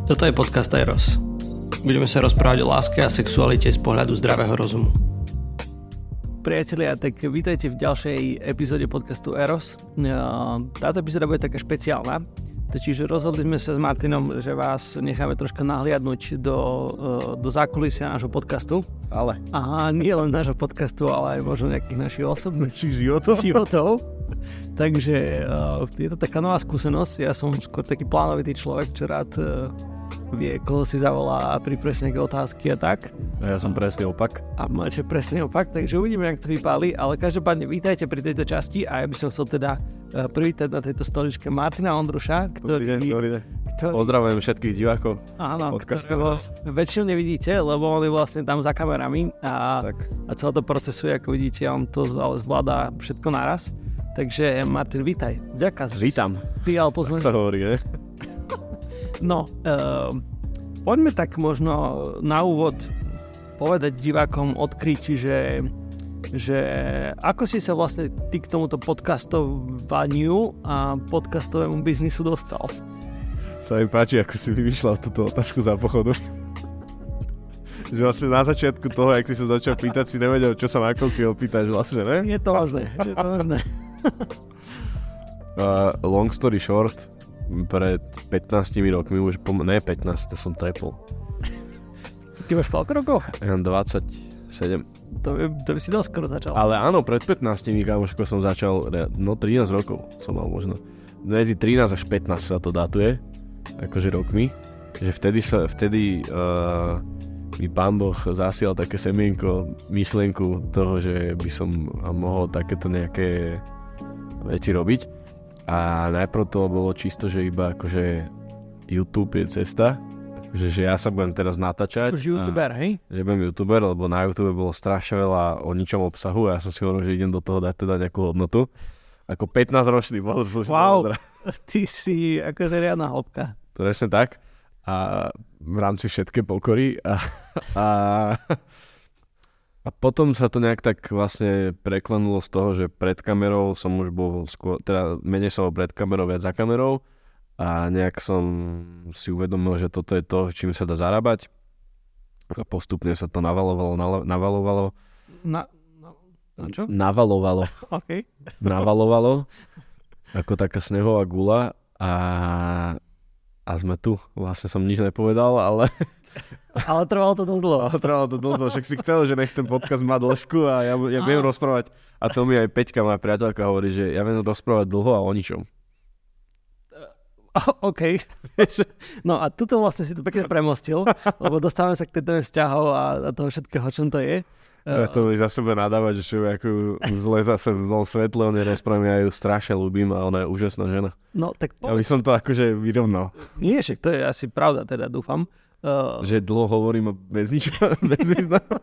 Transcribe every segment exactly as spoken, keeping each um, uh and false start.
Toto je podcast Eros. Budeme sa rozprávať o láske a sexualite z pohľadu zdravého rozumu. Priatelia, tak vítajte v ďalšej epizóde podcastu Eros. Táto epizóda bude taká špeciálna, čiže rozhodli sme sa s Martinom, že vás necháme troška nahliadnúť do, do zákulisia nášho podcastu. Ale? A nie len nášho podcastu, ale aj možno nejakých našich osobných životov. životov. Takže uh, je to taká nová skúsenosť. Ja som skôr taký plánovitý človek, čo rád uh, vie, koho si zavolá a pripraví nejaké otázky a tak. A ja som presný opak. A máte presný opak, takže uvidíme, jak to vypáli. Ale každopádne vítajte pri tejto časti a ja by som chcel teda uh, privítať na tejto stoličke Martina Ondruša, ktorý... Dobrý deň, ktorý... Pozdravujem všetkých divákov. Áno, ktorého väčšinou nevidíte, lebo on je vlastne tam za kamerami a, a celé to procesuje, ako vidíte, on to ale zvláda všetko naraz. Takže Martin, vítaj. Ďakujem. Vítam. Prijal pozvanie. Tak sa hovorí, ne? No, uh, poďme tak možno na úvod povedať divákom, odkryť, že, že ako si sa vlastne ty k tomuto podcastovaniu a podcastovému biznisu dostal? Sa mi páči, ako si vymýšľal túto otázku za pochodu. Že vlastne na začiatku toho, jak si sa začal pýtať, si nevedel, čo sa na konci opýtaš vlastne, ne? Je to možné, je to možné. uh, long story short, pred pätnástimi rokmi už, pom- ne pätnásť, to som trepol. Ty máš koľko rokov? Ja mám dvadsaťsedem. To by, to by si dosť skoro začal. Ale áno, pred pätnástimi kamoško som začal, no trinásť rokov som mal možno. Medzi trinásť až pätnásť sa to datuje, akože rokmi. Že vtedy sa, vtedy uh, mi Pán Boh zasial také semienko, myšlienku toho, že by som mohol takéto nejaké veci robiť. A najprv to bolo čisto, že iba akože YouTube je cesta. Že, že ja sa budem teraz natáčať. Už youtuber, hej? Že budem youtuber, lebo na YouTube bolo strašne veľa o ničom obsahu a ja som si hovoril, že idem do toho dať teda nejakú hodnotu. Ako pätnásťročný bol. Wow, ty si akože riadna hĺbka. Presne tak. A v rámci všetkej pokory. A, a, a potom sa to nejak tak vlastne preklenulo z toho, že pred kamerou som už bol skôr, teda menej som bol pred kamerou, viac za kamerou. A nejak som si uvedomil, že toto je to, čím sa dá zarábať. A postupne sa to navalovalo, navalovalo. Na, na, na čo? Navalovalo. OK. Navalovalo. Ako taká snehová gula. A, a sme tu. Vlastne som nič nepovedal, ale... Ale trvalo to dosť dlho. Ale trvalo to dosť dlho. Však si chcel, že nech ten podcast má dĺžku a ja, ja viem rozprávať. A to mi aj Peťka, moja priateľka, hovorí, že ja viem rozprávať dlho a o ničom. Oh, OK. No a tuto vlastne si to pekne premostil, lebo dostávame sa k tej vzťahov a, a toho všetkého, čom to je. Ja to mi za sebe nadávať, že čo ako zle zase v zlom svetle, on je nesprávne, ja ju strašne ľúbim a ona je úžasná žena. No tak povedz. Ja by som to akože vyrovnal. Nie, však to je asi pravda, teda dúfam. Uh... Že dlho hovorím bez nič, bez významu.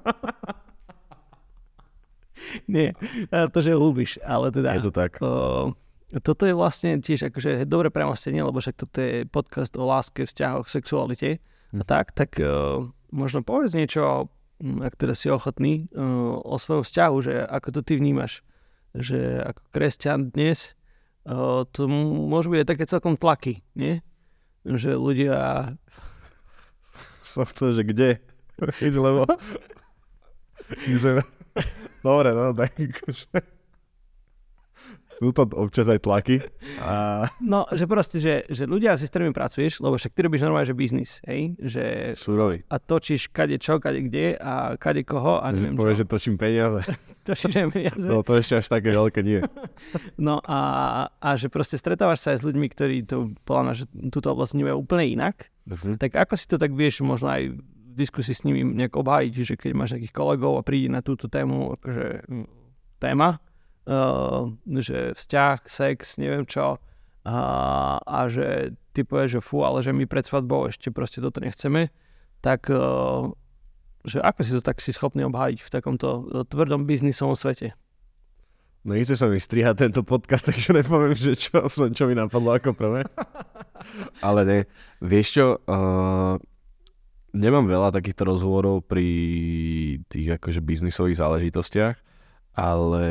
Nie, to, že ľúbiš, ale teda... Je to tak. Uh... Toto je vlastne tiež akože dobré premostenie, lebo však toto je podcast o láske, vzťahoch, sexualite a tak, tak uh, možno povedz niečo, ak teda si ochotný, uh, o svojom vzťahu, že ako to ty vnímaš, že ako kresťan dnes, uh, to môžu byť také celkom tlaky, nie? Že ľudia... Som chcel, že kde? Lebo... že... Dobre, no tak akože... Sú to občas aj tlaky. A... No, že proste, že, že ľudia si s ktorými pracuješ, lebo však ty robíš normálne, že biznis, hej? Že... Súrový. A točíš kade čo, kade kde a kade koho a neviem čo. Povieš, že točím peniaze. Točíš peniaze. No to ešte až také veľké nie. No a, a že proste stretávaš sa aj s ľuďmi, ktorí to, podľa mňa, že túto oblasť vnímajú úplne inak. Uh-huh. Tak ako si to tak vieš možno aj v diskusii s nimi nejak obhájiť, že keď máš nejakých kolegov a príde na túto tému, akože téma, Uh, že vzťah, sex, neviem čo a, a že ty povieš, že fú, ale že my pred svadbou ešte proste toto nechceme, tak uh, že ako si to tak si schopný obhájiť v takomto uh, tvrdom biznisovom svete? No nechce sa mi strihať tento podcast, takže nepoviem, že čo, čo mi napadlo ako prvé. Ale ne, vieš čo, uh, nemám veľa takýchto rozhovorov pri tých akože biznisových záležitostiach, ale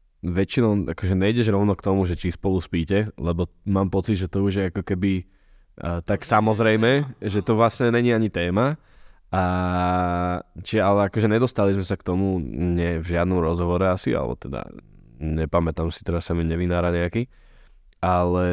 väčšinou akože nejdeš rovno k tomu, že či spolu spíte, lebo mám pocit, že to už je ako keby uh, tak samozrejme, že to vlastne není ani téma. A či, ale akože nedostali sme sa k tomu nie v žiadnom rozhovore asi, alebo teda nepamätám si, teraz sa mi nevynára nejaký. Ale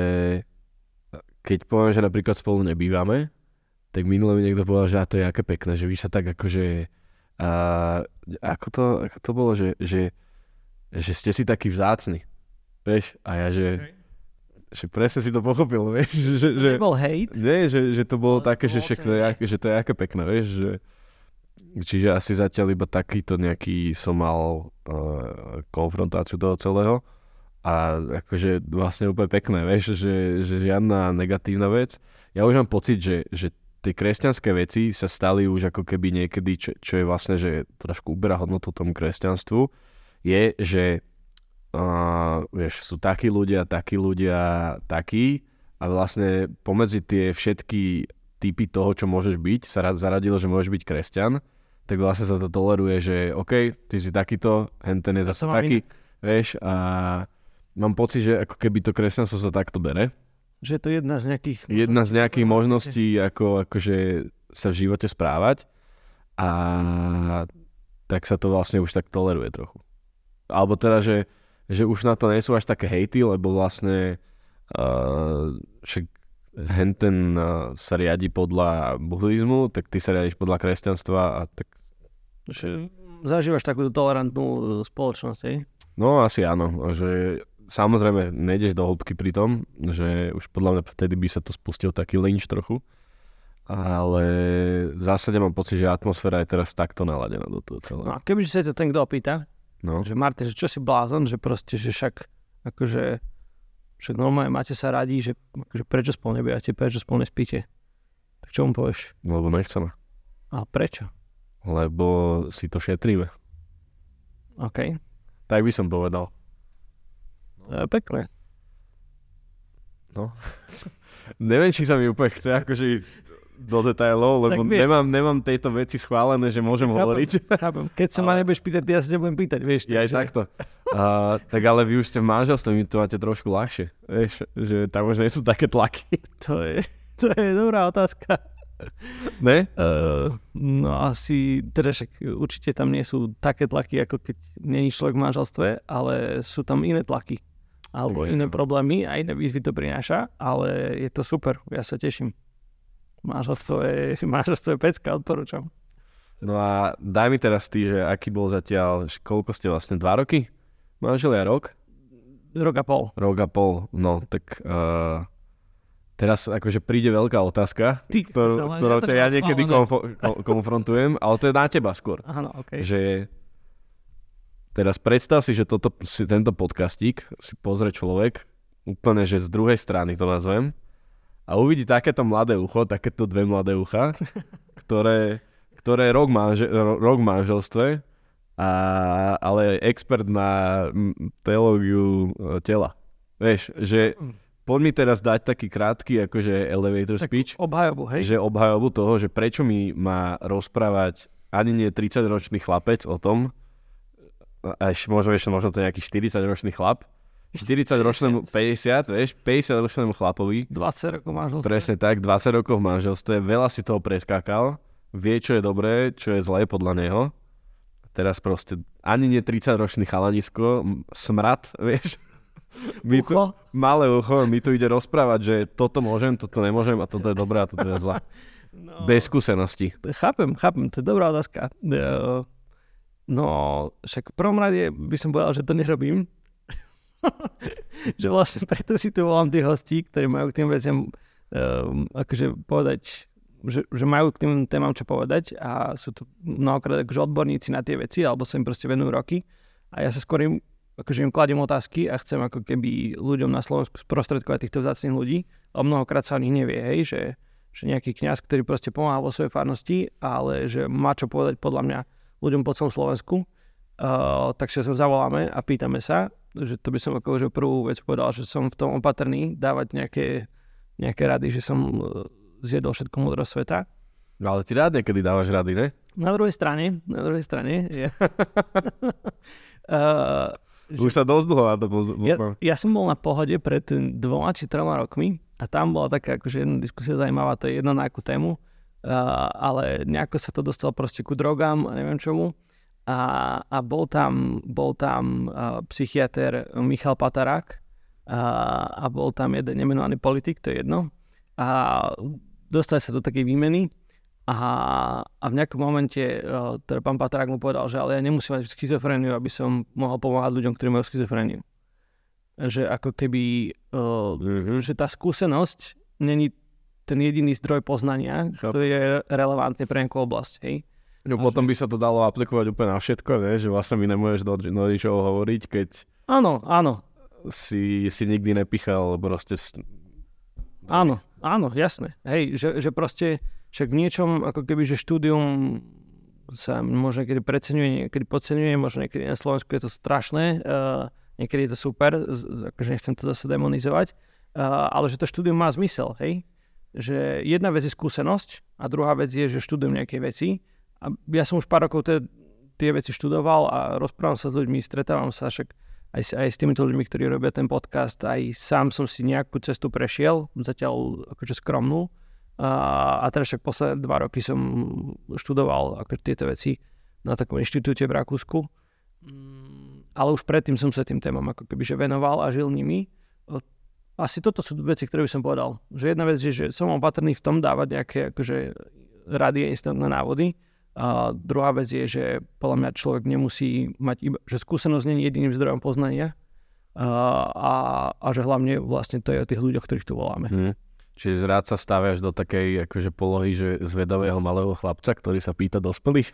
keď poviem, že napríklad spolu nebývame, tak minule mi niekto povedal, že to je aké pekné, že vy sa tak akože a, ako, to, ako to bolo, že, že, že ste si takí vzácni. Vieš? A ja, že, okay. že presne si to pochopil, vieš? Že, to že, nebol hate? Nie, že, že to bolo ale také, že, však to je, že to je aké pekné, vieš? Že, čiže asi zatiaľ iba takýto nejaký som mal uh, konfrontáciu toho celého. A akože vlastne úplne pekné, vieš? Že, že žiadna negatívna vec. Ja už mám pocit, že, že tie kresťanské veci sa stali už ako keby niekedy, čo, čo je vlastne, že trošku uberá hodnotu tomu kresťanstvu, je, že uh, vieš, sú takí ľudia, takí ľudia, takí a vlastne pomedzi tie všetky typy toho, čo môžeš byť, sa zaradilo, že môžeš byť kresťan, tak vlastne sa to toleruje, že OK, ty si takýto, henten je zase taký, vieš, a mám pocit, že ako keby to kresťanstvo sa takto bere. Že je to jedna z nejakých... Jedna z nejakých možností, ako, akože sa v živote správať a tak sa to vlastne už tak toleruje trochu. Alebo teda, že, že už na to nie sú až také hejty, lebo vlastne uh, však henten uh, sa riadi podľa buddhizmu, tak ty sa riadiš podľa kresťanstva a tak... Že zažívaš takú tolerantnú spoločnosť, hej? No asi áno, že... Samozrejme, nejdeš do hĺbky pri tom, že už podľa mňa vtedy by sa to spustil taký lynč trochu, ale v zásade mám pocit, že atmosféra je teraz takto naladená do toho celého. No a kebyže sa to ten kto opýta, no. že Martin, že čo si blázon, že proste, že však akože však normálne máte sa radi, že akože prečo spolu nebývate, prečo spolu nespíte, tak čo mu povieš? Lebo nechceme. A prečo? Lebo si to šetríme. OK. Tak by som povedal. To je pekné. No. Neviem, či sa mi úplne chce akože ísť do detailov, lebo vieš, nemám, nemám tejto veci schválené, že môžem chápem, hovoriť. Chápem. Keď sa ale... ma nebudeš pýtať, ja sa nebudem pýtať, vieš. Ja aj takto. Uh, tak ale vy už ste v manželstve, vy to máte trošku ľahšie. Vieš, že tam už nie sú také tlaky. To je, to je dobrá otázka. Ne? Uh, no asi, teda však určite tam nie sú také tlaky, ako keď nie je človek v manželstve, ale sú tam iné tlaky. Alebo iné problémy a iné výzvy to prináša, ale je to super, ja sa teším. Manželstvo je, manželstvo je pecka, odporúčam. No a daj mi teraz ty, že aký bol zatiaľ, koľko ste vlastne, dva roky? Manželia rok? Rok a pol. Rok a pol, no tak uh, teraz akože príde veľká otázka, ty, ktorú, ktorú ja, ja niekedy konfo- konfrontujem, ale to je na teba skôr. Áno, okej. Že teraz predstav si, že toto, si, tento podcastík si pozrie človek, úplne, že z druhej strany to nazvem, a uvidí takéto mladé ucho, takéto dve mladé ucha, ktoré, ktoré je rok, manže, rok v manželstve, a, ale je expert na teológiu tela. Vieš, že poď mi teraz dať taký krátky akože elevator tak speech. Obhajobu, hej? Že obhajobu toho, že prečo mi má rozprávať ani nie tridsaťročný chlapec o tom, až možno, vieš, možno to je nejaký štyridsaťročný chlap, štyridsaťročnému, päťdesiat, vieš, päťdesiatročnému chlapovi. dvadsať rokov v manželstve. Presne tak, dvadsať rokov v manželstve, veľa si toho preskákal, vie, čo je dobré, čo je zlé podľa neho. Teraz proste ani nie tridsaťročný chalanisko, smrad, vieš. Mi tu, malé ucho, mi tu ide rozprávať, že toto môžem, toto nemôžem a toto je dobré a toto je zlé. No, bez skúsenosti. Chápem, chápem, to je dobrá otázka. No, však v prvom rade by som povedal, že to nerobím. Že vlastne preto si tu volám tých hostí, ktorí majú k tým veciam um, akože povedať, že, že majú k tým témam čo povedať a sú tu mnohokrát akože odborníci na tie veci, alebo sa im proste venujú roky a ja sa skôr im, akože im kladiem otázky a chcem ako keby ľuďom na Slovensku sprostredkovať týchto vzácnych ľudí a mnohokrát sa o nich nevie, hej, že, že nejaký kňaz, ktorý proste pomáha vo svojej farnosti, ale že má čo povedať podľa mňa ľuďom po celom Slovensku, uh, tak sa zavoláme a pýtame sa, že to by som akože prvú vec povedal, že som v tom opatrný dávať nejaké, nejaké rady, že som uh, zjedol všetko múdrosť sveta. No ale ty rád niekedy dávaš rady, ne? Na druhej strane, na druhej strane, ja. uh, Už sa dosť dlho na to pozriem. Ja, ja som bol na Pohode pred dvoma či troma rokmi a tam bola taká akože jedna diskusia zaujímavá, to je jedna na akú tému, uh, ale nejako sa to dostalo proste ku drogám a neviem čomu. A, a bol tam, bol tam uh, psychiater Michal Patarák a, a bol tam jeden nemenovaný politik, to je jedno. A dostali sa do takej výmeny a, a v nejakom momente uh, teda pán Patarák mu povedal, že ale ja nemusím mať schizofréniu, aby som mohol pomáhať ľuďom, ktorí majú schizofréniu. Že ako keby, uh, mm-hmm. že tá skúsenosť není ten jediný zdroj poznania, ktorý je relevantný pre nejakú oblasť, hej. No potom by sa to dalo aplikovať úplne na všetko, ne? Že vlastne mi nemôžeš do, do ničoho hovoriť, keď áno, áno. Si, si nikdy nepichal proste... Áno, áno, jasné. Hej, že, že proste však v niečom, ako keby, že štúdium sa možno niekedy preceňuje, niekedy podceňuje, možno niekedy na Slovensku je to strašné, uh, niekedy je to super, akože nechcem to zase demonizovať, uh, ale že to štúdium má zmysel, hej? Že jedna vec je skúsenosť a druhá vec je, že študujem nejaké veci. A ja som už pár rokov te, tie veci študoval a rozprávam sa s ľuďmi, stretávam sa však aj, aj s týmito ľuďmi, ktorí robia ten podcast, aj sám som si nejakú cestu prešiel, zatiaľ akože skromnú. A, a teraz však posledné dva roky som študoval akože tieto veci na takom inštitúte v Rakúsku. Ale už predtým som sa tým témam ako keby že venoval a žil nimi. Asi toto sú veci, ktoré by som povedal. Že jedna vec je, že som opatrný v tom dávať nejaké akože rady a instantné návody. A druhá vec je, že podľa mňa človek nemusí mať iba, že skúsenosť nie je jediným zdrojom poznania a, a, a že hlavne vlastne to je o tých ľuďoch, ktorých tu voláme. Hmm. Čiže rád sa stávaš do takej akože polohy, že zvedavého malého chlapca, ktorý sa pýta dospelých?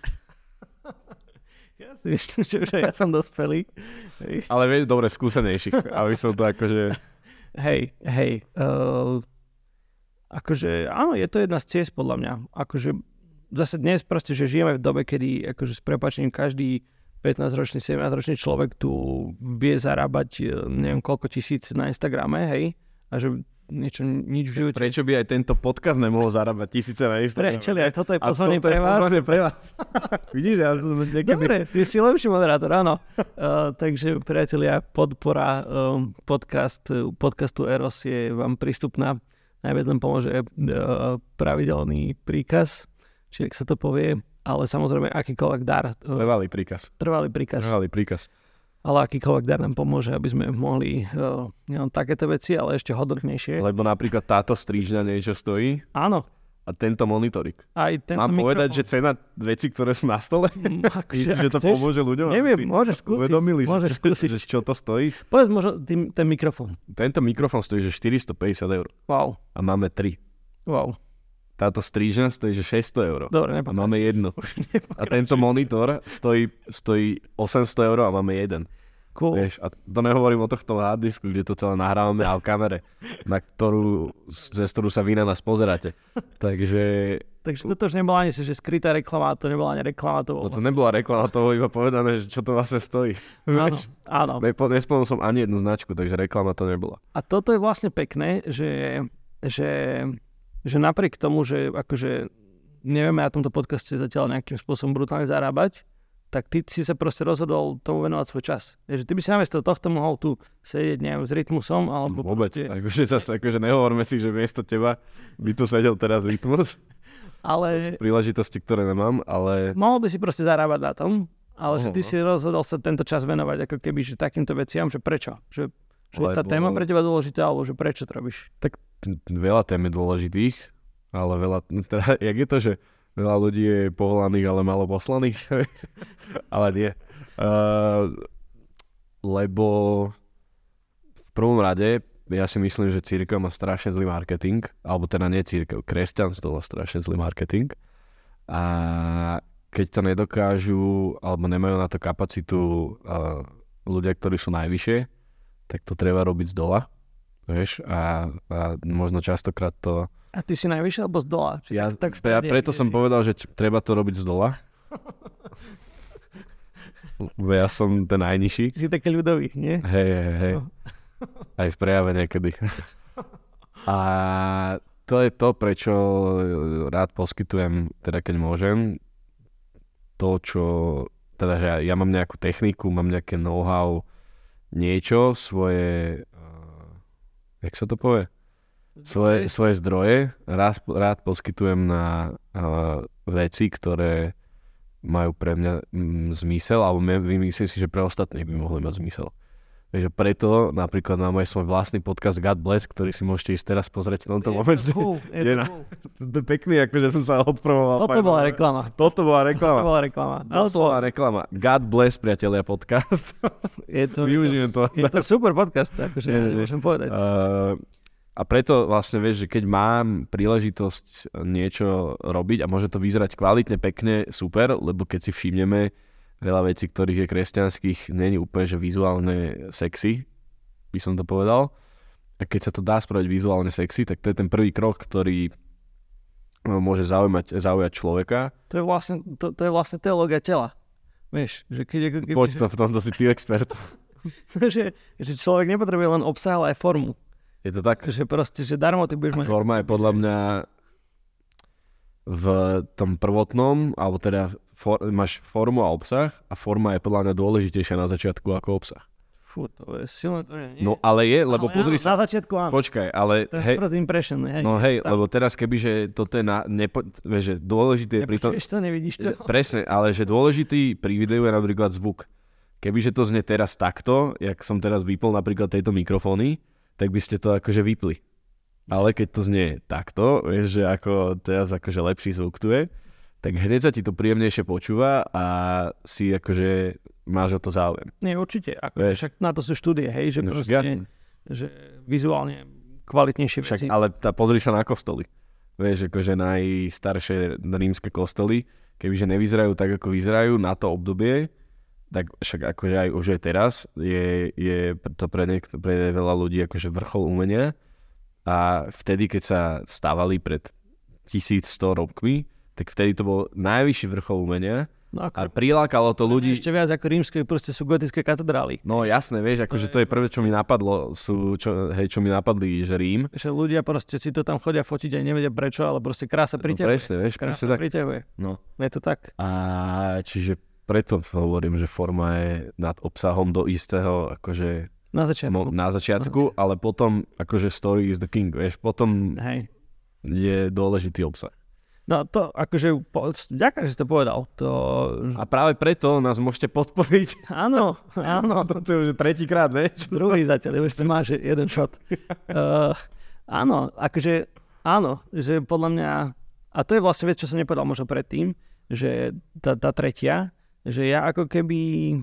Ja si myslím, že už ja som dospelý. Hej. Ale vieš, dobre, skúsenejších, aby som to akože... Hej, hej. Uh, akože áno, je to jedna z ciest podľa mňa. Akože zase dnes proste, že žijeme v dobe, kedy akože s prepáčením každý pätnásťročný, sedemnásťročný človek tu vie zarábať neviem koľko tisíc na Instagrame, hej, a že niečo, nič v živote. Prečo by aj tento podcast nemohol zarábať tisíce na Instagrame? Prečo, aj toto je pozvanie pre vás. Pozvanie pre vás. Vidíš, ja som niekedy... Dobre, ty si lepší moderátor, áno. Uh, takže priatelia, podpora um, podcast, podcastu Eros je vám prístupná. Najviac nám pomôže uh, pravidelný príkaz, či ak sa to povie, ale samozrejme akýkoľvek dar. Trvalý príkaz. Trvalý príkaz. Trvalý príkaz. Ale akýkoľvek dar nám pomôže, aby sme mohli uh, neviem, takéto veci, ale ešte hodnotnejšie. Lebo napríklad táto strížňa niečo stojí. Áno. A tento monitorik. Aj tento Mám mikrofón. povedať, že cena veci, ktoré sú na stole? Myslíš, že to chceš? pomôže ľuďom? Neviem, môžeš skúsiť. Uvedomili, môžeš že, skúsiť. že čo to stojí? Povedz možno tým, ten mikrofón. Tento mikrofón stojí, že štyristopäťdesiat eur. Wow. A máme tri. Wow. Táto strížna stojí, že šesťsto eur. Dobre, a máme jednu. A tento monitor stojí, stojí osemsto eur a máme jeden. Cool. Vieš, a to nehovorím o tohto harddisku, kde to celé nahrávame a v kamere, na ktorú, cez ktorú sa vy na nás pozeráte. Takže... Takže toto už nebola ani že skrytá reklama, to nebola ani reklama. To, no to nebola reklama, to bolo iba povedané, že čo to vlastne stojí. Áno, áno. Nespomenul som ani jednu značku, takže reklama to nebola. A toto je vlastne pekné, že, že, že napriek tomu, že akože nevieme na tomto podcaste zatiaľ nejakým spôsobom brutálne zarábať, tak ty si sa proste rozhodol tomu venovať svoj čas. Že ty by si namiesto tohto mohol tu sedieť neviem, s rytmusom, alebo... Vôbec, proste... akože, zase, akože nehovorme si, že miesto teba by tu sedel teraz rytmus. Ale... Príležitosti, ktoré nemám, ale... Mohol by si proste zarábať na tom, ale Mohol, že ty no. si rozhodol sa tento čas venovať ako keby, že takýmto veciam, že prečo? Že, že Lebo... tá téma pre teba dôležitá, alebo že prečo to robíš? Tak veľa tém je dôležitých, ale veľa... Teda, jak je to, že veľa ľudí je povolaných, ale málo poslaných? Ale nie. Uh, lebo v prvom rade ja si myslím, že cirkev má strašne zlý marketing, alebo teda nie cirkev, kresťanstvo má strašne zlý marketing. A keď to nedokážu, alebo nemajú na to kapacitu uh, ľudia, ktorí sú najvyššie, tak to treba robiť z dola. Vieš? A, a možno častokrát to... A ty si najvyššie alebo z dola? Ja, tak, tak ja preto som si... povedal, že č- treba to robiť z dola. Ja som ten najnižší. Ty si taký ľudový, nie? Hej, hej, hej. Aj v prejave niekedy. A to je to, prečo rád poskytujem, teda keď môžem, to, čo... Teda, že ja, ja mám nejakú techniku, mám nejaké know-how, niečo, svoje, uh, jak sa to povie? Svoje, svoje zdroje rád, rád poskytujem na uh, veci, ktoré majú pre mňa mm, zmysel, alebo vymyslím si, že pre ostatných by mohli mať zmysel. Takže preto napríklad mám aj svoj vlastný podcast God Bless, ktorý si môžete ísť teraz pozrieť v tomto momente. Cool, je, je to cool. To je pekný, akože som sa odpromoval. Toto bola reklama. Toto bola reklama. Toto bola reklama. Toto bola reklama. God Bless, priatelia, podcast. Je to, Využijem to. Je to super podcast, akože je, je, môžem povedať. Uh, a preto vlastne vieš, že keď mám príležitosť niečo robiť a môže to vyzerať kvalitne, pekne, super, lebo keď si všimneme veľa vecí, ktorých je kresťanských, nie je úplne, že vizuálne sexy, by som to povedal. A keď sa to dá spraviť vizuálne sexy, tak to je ten prvý krok, ktorý môže zaujímať, zaujať človeka. To je vlastne, to, to je vlastne teológia tela. Vieš, že keď... keď Poď to, v tomto si ty expert. že, že človek nepotrebuje len obsah, ale aj formu. Je to tak? Že proste, že darmo ty budeš mať... Forma je podľa mňa v tom prvotnom, alebo teda for, máš formu a obsah a forma je podľa mňa dôležitejšia na začiatku ako obsah. Fú, to je silné, to je, nie? No ale je, lebo ale pozri áno, sa. Na začiatku áno. Počkaj, ale... To je hej, first impression, hej. No hej, tam. lebo teraz keby, že toto je na... Nepo, vieš, že dôležité je pri tom... Nepočuješ to, nevidíš to? Presne, ale že dôležitý pri videu je napríklad zvuk. Kebyže to znie teraz takto, jak som teraz vypol napríklad tejto mikrofóny, tak by ste to akože vypli. Ale keď to znie takto, vieš, že ako teraz akože lepší zvuk tu je, tak hneď sa ti to príjemnejšie počúva a si akože máš o to záujem. Nie, určite. Akože však na to sú štúdie, hej, že no, proste, že vizuálne kvalitnejšie však, veci. ale tá, pozri sa na kostoly. Vieš, akože najstaršie rímske kostoly, kebyže nevyzerajú tak, ako vyzerajú na to obdobie, tak však akože aj už aj teraz je, je to pre, niek- pre veľa ľudí akože vrchol umenia. A vtedy, keď sa stávali pred tisícsto rokmi, tak vtedy to bol najvyšší vrchol umenia no ako, a prilákalo to ľudí... Ešte viac ako rímske proste sú gotické katedrály. No jasné, vieš, akože to je prvé, čo mi napadlo, sú, čo, hej, čo mi napadli, že Rím. Že ľudia proste si to tam chodia fotiť a nevedia prečo, ale proste krása priťahuje. No presne, vieš, krása presne tak. priťahuje. No. Je to tak. A čiže preto hovorím, že forma je nad obsahom do istého, akože... Na začiatku. Na začiatku, ale potom akože story is the king, vieš, potom hej. Je dôležitý obsah. No to akože, ďakujem, že si to povedal. To... A práve preto nás môžete podporiť. Áno, áno. Toto je už tretíkrát, ne? Druhý zatiaľ, už si máš jeden shot. uh, áno, akože, áno, že podľa mňa, a to je vlastne vec, čo som nepovedal možno predtým, že tá, tá tretia, že ja ako keby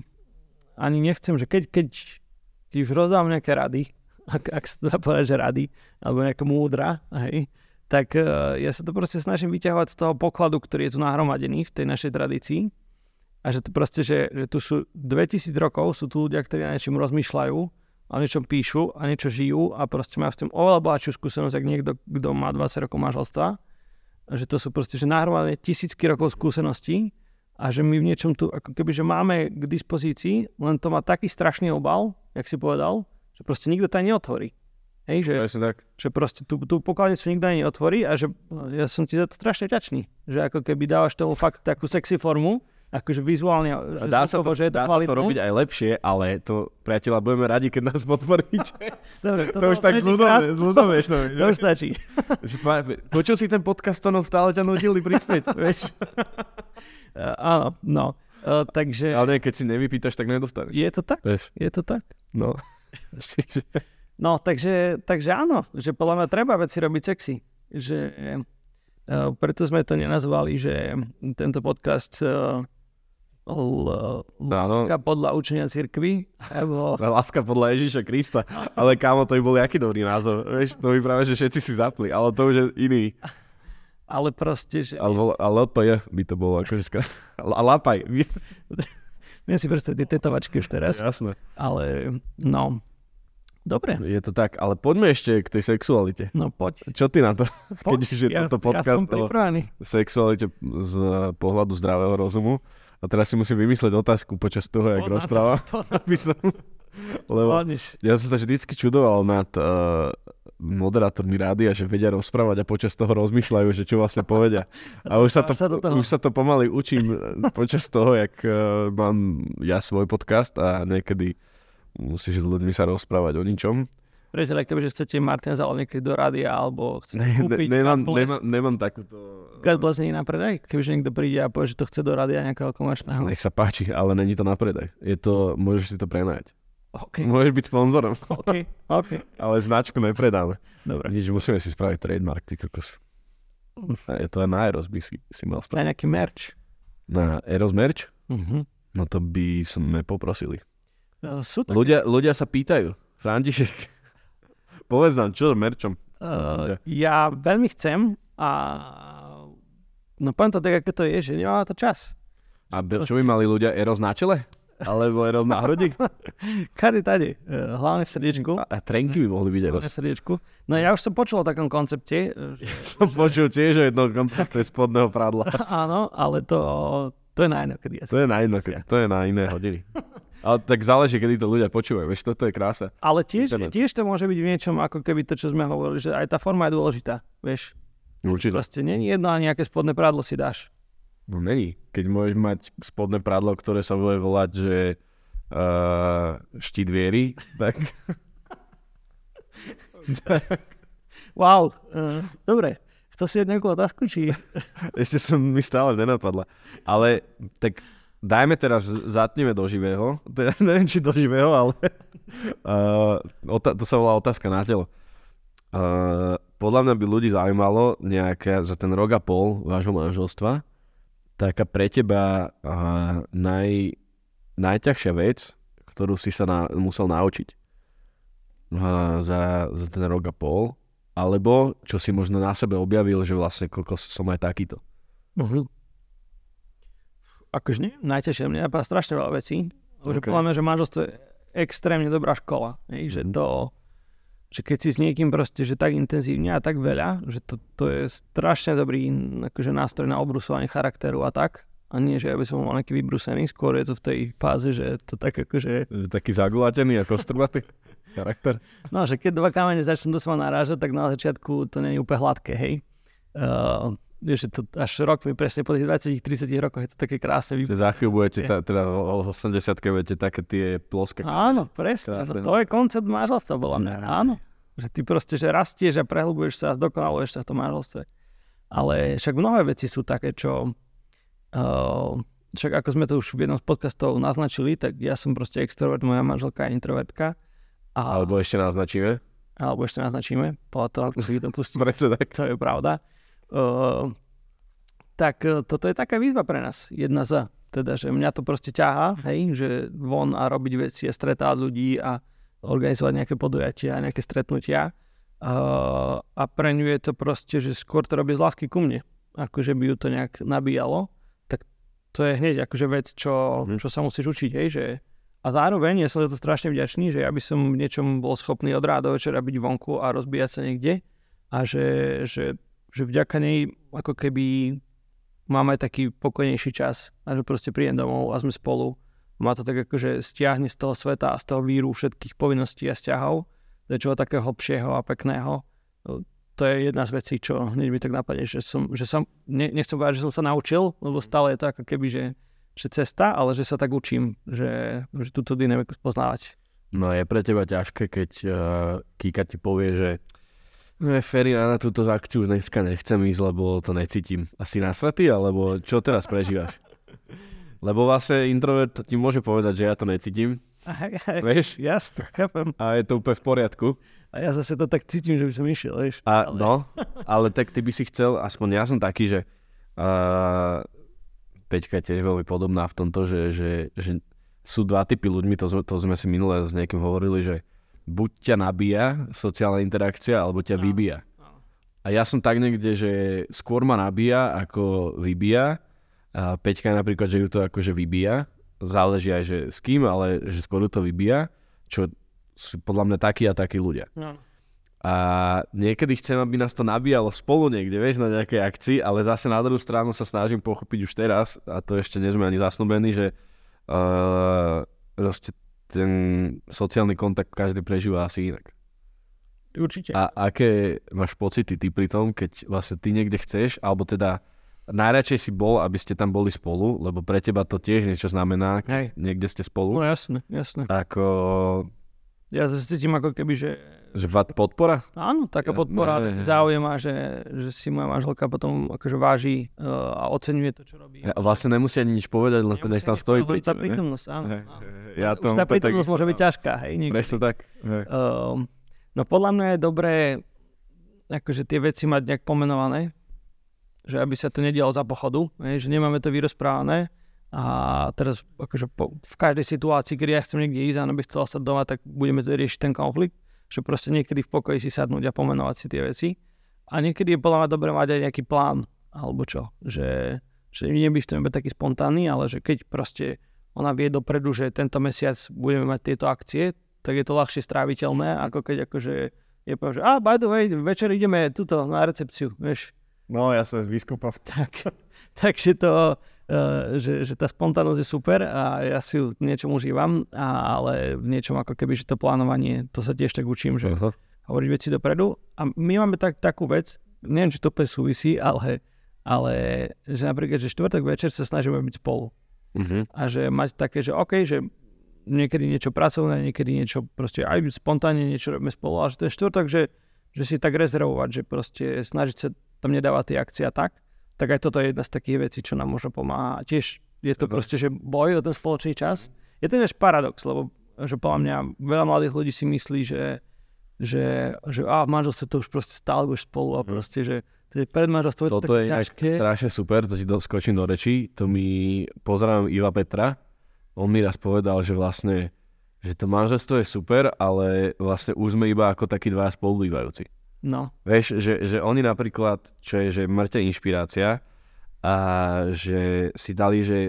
ani nechcem, že keď, keď keď už rozdávam nejaké rady, ak, ak sa to dá povedať, že rady, alebo nejaká múdra, hej, tak uh, ja sa to proste snažím vyťahovať z toho pokladu, ktorý je tu nahromadený v tej našej tradícii. A že to proste, že, že tu sú dvetisíc rokov, sú tu ľudia, ktorí na niečom rozmýšľajú, a niečom píšu a niečo žijú a proste majú s tým oveľa bohatšiu skúsenosť, ako niekto, kto má dvadsať rokov manželstva. A že to sú proste, že nahromadené tisícky rokov skúseností a že my v niečom tu, ako keby, že máme k dispozícii, len to má taký strašný obal, jak si povedal, že proste nikto to ani neotvorí. Hej, že, tak. že proste tú, tú pokladnicu nikto ani neotvorí a že ja som ti za to strašne vďačný, že ako keby dávaš tomu fakt takú sexy formu, akože vizuálne, že dá sa to, že je to dá sa to robiť aj lepšie, ale to, priateľa, budeme radi, keď nás podporíte. Dobre, to, to už tak zľudoveš. To, to už stačí. Počul si ten podcast, to no stále ťa nudili prispieť, vieš? Uh, áno, no. Uh, takže... Ale nie, keď si nevypýtaš, tak nedostaneš. Je to tak? Vieš? Je to tak? No. no, takže, takže áno, že podľa mňa treba veci robiť sexy. Že, uh, preto sme to nenazvali, že tento podcast uh, l- láska podľa učenia cirkvi. Alebo... Láska podľa Ježiša Krista. Ale kámo, to by bol jaký dobrý názov. Vieš, to by práve, že všetci si zapli, ale to už je iný. Ale proste, že... Ale L-P-J by to bolo akože skrátka. Lapaj. Viem si predstaviť tie tetovačky už teraz. Jasné. Ale, no, dobre. Je to tak, ale poďme ešte k tej sexualite. No poď. Čo ty na to? Poď. Keď je ja, toto podcast ja som pripravený. O sexualite z pohľadu zdravého rozumu. A teraz si musím vymyslieť otázku počas toho, jak rozprávam. Aby som... Lebo ja som sa vždycky čudoval nad uh, moderátormi rádia, že vedia rozprávať a počas toho rozmýšľajú, že čo vlastne povedia. A už sa to, už sa to pomaly učím počas toho, jak uh, mám ja svoj podcast a niekedy musíš s ľuďmi sa rozprávať o ničom. Priateľe, kebyže chcete Martina zavolať niekedy do rádia, alebo chcete ne, kúpiť ne, nemám, nemám, nemám takúto... God bless nie na predaj? Kebyže niekto príde a povie, že to chce do rádia nejakého komerčného. Nech sa páči, ale není to na predaj. Je to, môžeš si to prenajať. Okay. Môžeš byť sponzorom. Okay. Okay. Ale značku nepredáme. Dobre. Nič, musíme si spraviť trademark, ty kokos. Je to aj na Eros by si, si mal spraviť. Na nejaký merch. Na Eros merch? Uh-huh. No to by sme poprosili. Uh, sú také... ľudia, ľudia sa pýtajú. František, povedz nám, čo s merčom? Uh, ja veľmi chcem a no poviem to tak, ako to je, že nemám na to čas. A čo by mali ľudia, Eros na čele? Alebo Eros na hrudi? Kade tady, uh, hlavne v srdiečku. A, a trenky by mohli byť Eros. V srdiečku. No ja už som počul o takom koncepte. Že... Ja som počul tiež o jednom koncepte spodného prádla. Áno, ale to, to je na inokedy. To je na inokedy, to je na iné hodiny. Ale tak záleží, kedy to ľudia počúvajú, vieš, toto je krása. Ale tiež, tiež to môže byť v niečom, ako keby to, čo sme hovorili, že aj tá forma je dôležitá, vieš. Určite. Proste nie je jedno a nejaké spodné prádlo si dáš. No není. Keď môžeš mať spodné prádlo, ktoré sa bude volať, že uh, štít viery, tak... Wow, uh, dobre. Chcel si jednu otázku, či... Ešte som mi stále nenapadla. Ale tak... Dajme teraz, zatneme do živého. Teda, neviem, či do živého, ale uh, ota- to sa volá otázka na telo. Uh, podľa mňa by ľudí zaujímalo nejaká za ten rok a pol vášho manželstva taká pre teba uh, naj, najťažšia vec, ktorú si sa na, musel naučiť uh, za, za ten rok a pol, alebo čo si možno na sebe objavil, že vlastne koľko som aj takýto. Uh-huh. Akože nie, najťažšie, mne napadá strašne veľa vecí. Okay. Že podľa mňa, že manželstvo je extrémne dobrá škola. Je, že, to, že keď si s niekým proste, že tak intenzívne a tak veľa, že to, to je strašne dobrý akože nástroj na obrusovanie charakteru a tak. A nie, že ja by som mal nejaký vybrusený, skôr je to v tej fáze, že to tak akože... Taký zagulatený a kostrbatý charakter. No, že keď dva kamene začnú do seba narážať, tak na začiatku to nie je úplne hladké, hej. Uh, že to až rok mi presne po tých dvadsať tridsať rokoch je to také krásne. Za chvíľu budete, ta, teda o osemdesiatke budete také tie ploské. Áno, presne. To, to je koncept manželstva, bola mňa. Áno. Že ty proste, že rastieš a prehlbuješ sa a zdokonaluješ sa v tom manželstve. Ale však mnohé veci sú také, čo... Uh, však ako sme to už v jednom z podcastov naznačili, tak ja som proste extrovert, moja manželka je introvertka. A... Alebo ešte naznačíme. Alebo ešte naznačíme. Podľa toho, ako si to pustí. To je pravda. Uh, tak uh, toto je taká výzva pre nás, jedna za, teda, že mňa to proste ťahá, hej, že von a robiť veci a stretávať ľudí a organizovať nejaké podujatia a nejaké stretnutia uh, a pre ňu je to proste, že skôr to robí z lásky ku mne, akože by ju to nejak nabíjalo, tak to je hneď akože vec, čo, čo sa musíš učiť, hej, že a zároveň ja som za to strašne vďačný, že ja by som v niečom bol schopný od rána do večera byť vonku a rozbíjať sa niekde a že, že že vďaka nej ako keby máme taký pokojnejší čas a že proste prídem domov a sme spolu. Má to tak akože stiahne z toho sveta a z toho víru všetkých povinností a vzťahov do čoho takého hlbšieho a pekného. To je jedna z vecí, čo hneď mi tak napadne, že som, že som ne, nechcem povedať, že som sa naučil, lebo stále je to ako keby, že, že cesta, ale že sa tak učím, že, že túto dynamiku spoznávať. No je pre teba ťažké, keď uh, Kika ti povie, že no Ferry, na túto akciu dneska nechcem ísť, lebo to necítim. Asi nasratý, alebo čo teraz prežívaš? Lebo vlastne introvert ti môže povedať, že ja to necítim. Aj, aj, vieš? Jasne, chápem. A je to úplne v poriadku. A ja zase to tak cítim, že by som išiel, vieš. A, ale... No, ale tak ty by si chcel, aspoň ja som taký, že uh, Peťka je tiež veľmi podobná v tomto, že, že, že sú dva typy ľuďmi, to, to sme si minule s niekým hovorili, že buď ťa nabíja sociálna interakcia, alebo ťa no. vybíja. A ja som tak niekde, že skôr ma nabíja, ako vybíja. A Peťka napríklad, že ju to akože vybíja. Záleží aj, že s kým, ale že skôr ju to vybíja. Čo sú podľa mňa takí a takí ľudia. No. A niekedy chcem, aby nás to nabíjalo spolu niekde, vieš, na nejakej akcii, ale zase na druhú stranu sa snažím pochopiť už teraz, a to ešte nie sme ani zasnúbení, že uh, proste ten sociálny kontakt každý prežíva asi inak. Určite. A aké máš pocity ty pri tom, keď vlastne ty niekde chceš, alebo teda najradšej si bol, aby ste tam boli spolu, lebo pre teba to tiež niečo znamená, keď niekde ste spolu. No jasne, jasne. Ako... Ja sa cítim ako keby, že... Že podpora? Áno, taká podpora, ja, taký záujem a že, že si moja manželka potom akože váži uh, a oceňuje to, čo robí. Ja, vlastne nemusí ani nič povedať, len to nech tam stojí pri tebe. Tá prítomnosť, áno. áno. Ja Už tá prítomnosť tak... môže byť ťažká, hej? Presne tak. Uh, no podľa mňa je dobré akože tie veci mať nejak pomenované, že aby sa to nedialo za pochodu, hej? Že nemáme to vyrozprávané. A teraz akože po, v každej situácii, keď ja chcem niekde ísť a by chcel sa doma, tak budeme to riešiť ten konflikt, že proste niekedy v pokoji si sadnúť a pomenovať si tie veci. A niekedy je podľa mňa dobré mať aj nejaký plán, alebo čo, že, že nebyť chcem byť taký spontánny, ale že keď proste ona vie dopredu, že tento mesiac budeme mať tieto akcie, tak je to ľahšie stráviteľné, ako keď akože je poviem, že a ah, by the way, večer ideme tuto na recepciu, vieš. No, ja sa vyskúpam. Tak, takže to... Uh, že, že tá spontánnosť je super a ja si ju niečom užívam, a, ale v niečom ako keby, že to plánovanie, to sa tiež tak učím, že uh-huh. hovoriť veci dopredu. A my máme tak, takú vec, neviem, či to úplne súvisí, ale, ale že napríklad, že štvrtok večer sa snažíme byť spolu. Uh-huh. A že mať také, že OK, že niekedy niečo pracovné, niekedy niečo proste aj spontánne niečo robíme spolu, ale že ten štvrtok, že, že si tak rezervovať, že proste snažiť sa tam nedávať tie akcie a tak. Tak aj toto je jedna z takých vecí, čo nám možno pomáha. Tiež je to proste, že boj o ten spoločný čas. Je to než paradox, lebo že podľa mňa veľa mladých ľudí si myslí, že, že, že á, v manželstve to už proste stále budeš spolu a proste, že pred manželstvom je to toto také je ťažké. Strašne super, to ti do, skočím do rečí. To mi pozerám Iva Petra. On mi raz povedal, že vlastne, že to manželstvo je super, ale vlastne už sme iba ako takí dvaja spolubývajúci. No. Vieš, že, že oni napríklad, čo je, že mŕte inšpirácia a že si dali, že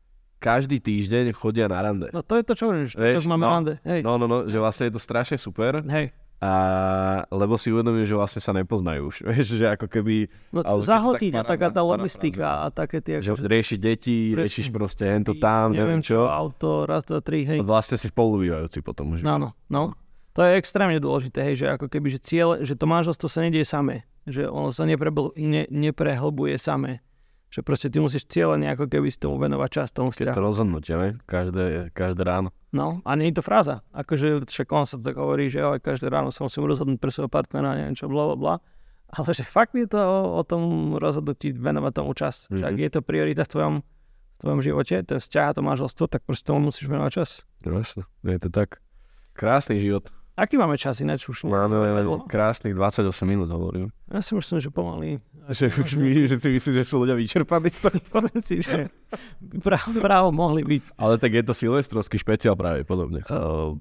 každý týždeň chodia na rande. No to je to, čo hovoríš, to máme no, rande. Hej. No, no, no, že vlastne je to strašne super. Hej. A lebo si uvedomím, že vlastne sa nepoznajú už. Vieš, že ako keby... No zahltí ťa taká tá logistika a také tie... Že riešiť deti, presne, riešiš proste hento tam, neviem čo. Auto, raz, dva, tri, hej. Vlastne si spolubývajúci potom už. Áno, no. To je extrémne dôležité, hej, že ako keby, že cieľ, že to manželstvo sa nedieje samé, že ono sa neprebl, ne, neprehlbuje samé, že proste ty musíš cieľene ako keby si tomu venovať čas tomu vzťahu. Je to rozhodnutie, ne? Každé, každé ráno. No, a nie je to fráza, akože však on sa tak hovorí, že jo, každé ráno sa musím rozhodnúť pre svojho partnera, neviem čo, bla, bla, bla, ale že fakt je to o, o tom rozhodnutí venovať tomu čas, mm-hmm. že ak je to priorita v tvojom, v tvojom živote, ten vzťah a to manželstvo, tak proste tomu musíš venovať čas. No jasne, je to tak. Krásny život. Aký máme čas ináč už? Máme krásnych dvadsaťosem minút, hovorím. Ja si myslím, že pomaly. Že, už my, že si myslím, že sú ľudia vyčerpaní z toho. Myslím si, že právo, právo mohli byť. Ale tak je to silvestrovský špeciál pravdepodobne. Uh,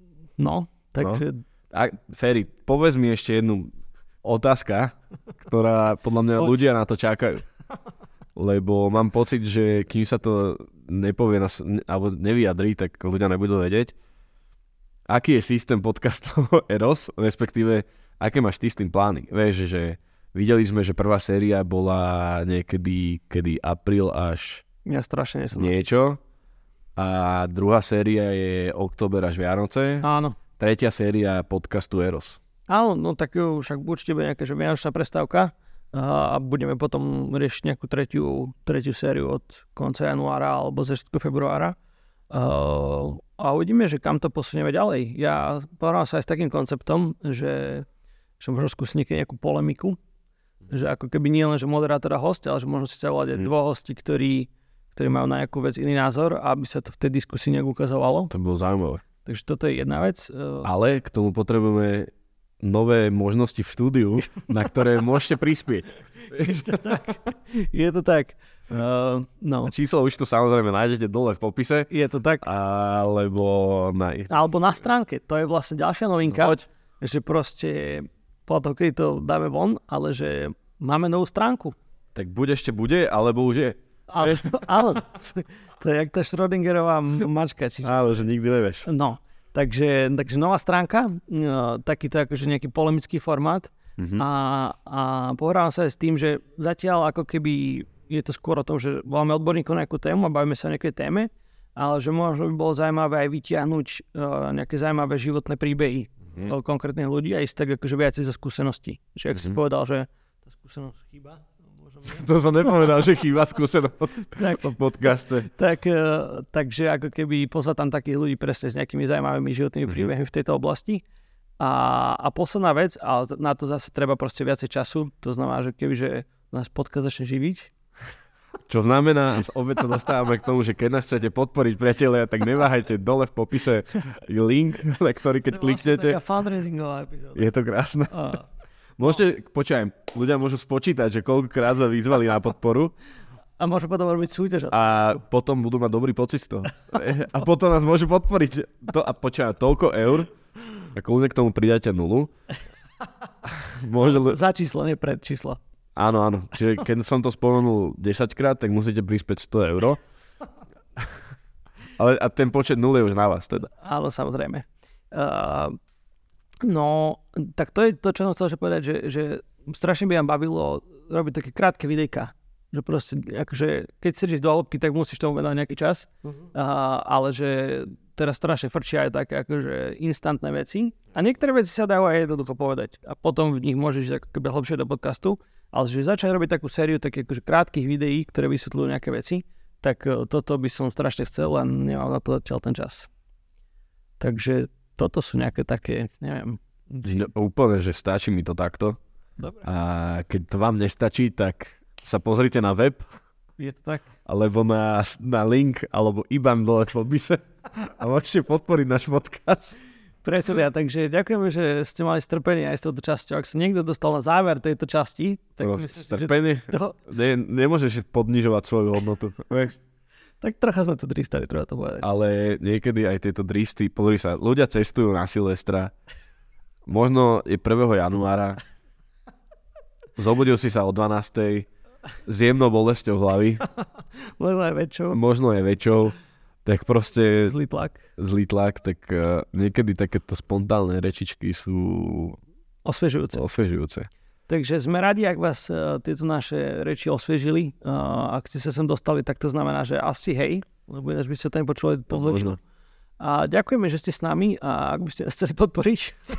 no, takže... No. A Ferry, povedz mi ešte jednu otázka, ktorá podľa mňa Poď. ľudia na to čakajú. Lebo mám pocit, že kým sa to nepovie alebo nevyjadrí, tak ľudia nebudú vedieť. Aký je systém podcastov Eros, respektíve aké máš ty s tým plány? Vieš, že videli sme, že prvá séria bola niekedy kedy apríl až ja strašne nesom niečo a druhá séria je október až Vianoce. Áno. Tretia séria podcastu Eros. Áno, no tak jo, však určite bude nejaká že vianočná prestávka a budeme potom riešiť nejakú tretiu, tretiu sériu od konca januára alebo začiatku februára. Uh, a uvidíme, že kam to posunieme ďalej. Ja porovnám sa aj s takým konceptom, že, že možno skúsiť nejakú polemiku, že ako keby nie len, že moderátor a host, ale že možno si sa volať aj dvoch hostí, ktorí, ktorí majú na nejakú vec iný názor, aby sa to v tej diskusii nejak ukazovalo. To bolo zaujímavé. Takže toto je jedna vec. Uh, ale k tomu potrebujeme nové možnosti v štúdiu, na ktoré môžete prispieť. Je to tak. Je to tak. Uh, no. Číslo už tu samozrejme nájdete dole v popise. Je to tak. Alebo na... Alebo na stránke. To je vlastne ďalšia novinka. No, že proste po to, keď to dáme von, ale že máme novú stránku. Tak buď ešte bude, alebo už je. Ale, ale to je jak tá Schrödingerová mačka. Čiže... Ale že nikdy nevieš. No. Takže, takže nová stránka, no, takýto akože nejaký polemický formát. Mm-hmm. A, a pohrávam sa aj s tým, že zatiaľ ako keby je to skôr o tom, že voláme odborníkov na nejakú tému a bavíme sa o nejakej téme, ale že možno by bolo zaujímavé aj vytiahnuť uh, nejaké zaujímavé životné príbehy mm-hmm. konkrétnych ľudí a ísť tak akože viacej zo skúseností. Že ak mm-hmm. si povedal, že tá skúsenosť chýba. To som nepovedal, že chýba skúsenosť tak, v podcaste. Tak, takže ako keby pozvať tam takých ľudí presne s nejakými zaujímavými životnými príbehmi v tejto oblasti. A, a posledná vec, ale na to zase treba proste viacej času, to znamená, že kebyže nás podcast začne živiť. Čo znamená, opäť to dostávame k tomu, že keď nás chcete podporiť, priatelia, tak neváhajte, dole v popise link, na ktorý keď kliknete. To je fundraisingová epizóda. Je to krásne. A. Môžete, počujem, ľudia môžu spočítať, že koľkokrát sa vyzvali na podporu. A môžu potom robiť súťaž. A potom budú mať dobrý pocit z toho. A potom nás môžu podporiť. To, a počujem, toľko eur, ako ľudia k tomu pridáte nulu. Môže... Za číslo, nie pred číslo. Áno, áno. Čiže keď som to spomenul desaťkrát, tak musíte prispieť sto eur. Ale a ten počet nul je už na vás teda. Áno, samozrejme. Uh, no, tak to je to, čo som chcel povedať, že, že strašne by vám bavilo robiť také krátke videjka. Že proste, akože, keď chceš ísť do hĺbky, tak musíš tomu venovať nejaký čas. Uh-huh. Uh, ale že teraz strašne frčia aj také akože instantné veci. A niektoré veci sa dajú aj jednoducho povedať. A potom v nich môžeš ísť akoby hlbšie do podcastu. Ale že začať robiť takú sériu takých akože krátkych videí, ktoré vysvetľujú nejaké veci, tak toto by som strašne chcel, len nemám na to zatiaľ ten čas. Takže toto sú nejaké také, neviem. No, úplne, že stačí mi to takto. Dobre. A keď to vám nestačí, tak sa pozrite na web. Je to tak? Alebo na, na link, alebo í bé á em dole v popise. A môžete podporiť náš podcast. Presne, takže ďakujeme, že ste mali strpenie aj s touto časťou. Ak sa niekto dostal na záver tejto časti, tak Pro, myslím, strpenie? že to... Ne, nemôžeš podnižovať svoju hodnotu. Tak trocha sme tu dristali, treba to povedať. Ale niekedy aj tieto dristy, pozri sa, ľudia cestujú na Silvestra, možno je prvého januára, zobudil si sa o dvanástej s jemnou bolesťou hlavy. Možno aj väčšou. Možno je väčšou. Tak proste... Zlý tlak. Zlý tlak, tak uh, niekedy takéto spontánne rečičky sú... Osviežujúce. Osviežujúce. Takže sme radi, ak vás uh, tieto naše reči osviežili. Uh, ak ste sa sem dostali, tak to znamená, že asi hej, lebo ináč by ste tam počuli po hodinu. A ďakujeme, že ste s nami a ak by ste nás chceli podporiť,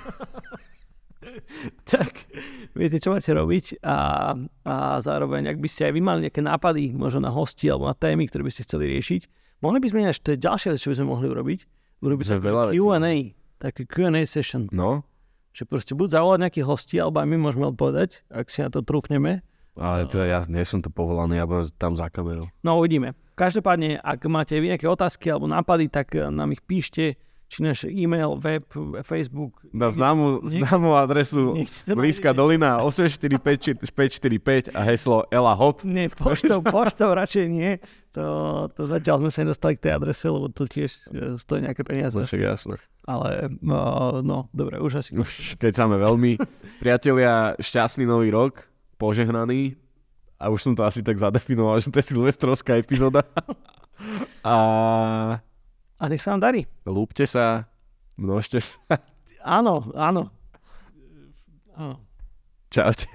tak viete, čo máte robiť a, a zároveň, ak by ste aj vy mali nejaké nápady, možno na hosti alebo na témy, ktoré by ste chceli riešiť, mohli by sme ináč, to je ďalšia vec, čo by sme mohli urobiť, urobiť taký kjú end ej, taký kjú end ej session. No. Že proste buď zavolať nejakých hostí, alebo aj my môžeme odpovedať, ak si na to trúfneme. Ale to ja nie som to povolaný, ja budem tam za kamerou. No uvidíme. Každopádne, ak máte vy nejaké otázky alebo nápady, tak nám ich píšte, či náš e-mail, web, Facebook. Na známu, známu adresu Blízka dolina osem štyri päť štyri päť a heslo Ela Hop. Nie, poštou, poštou radšej nie. To, to zatiaľ sme sa nedostali k tej adrese, lebo to tiež stojí nejaké peniaze. No však jasno. Ale no, no dobre, už asi. Už keď sa veľmi. Priatelia, šťastný nový rok, požehnaný. A už som to asi tak zadefinoval, že to je silvestrovská epizóda. A... A nech sa vám darí. Lúbte sa, množte sa. Áno, áno. áno. Čaute.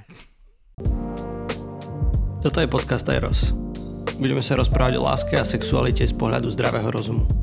Toto je podcast Eros. Budeme sa rozprávať o láske a sexualite z pohľadu zdravého rozumu.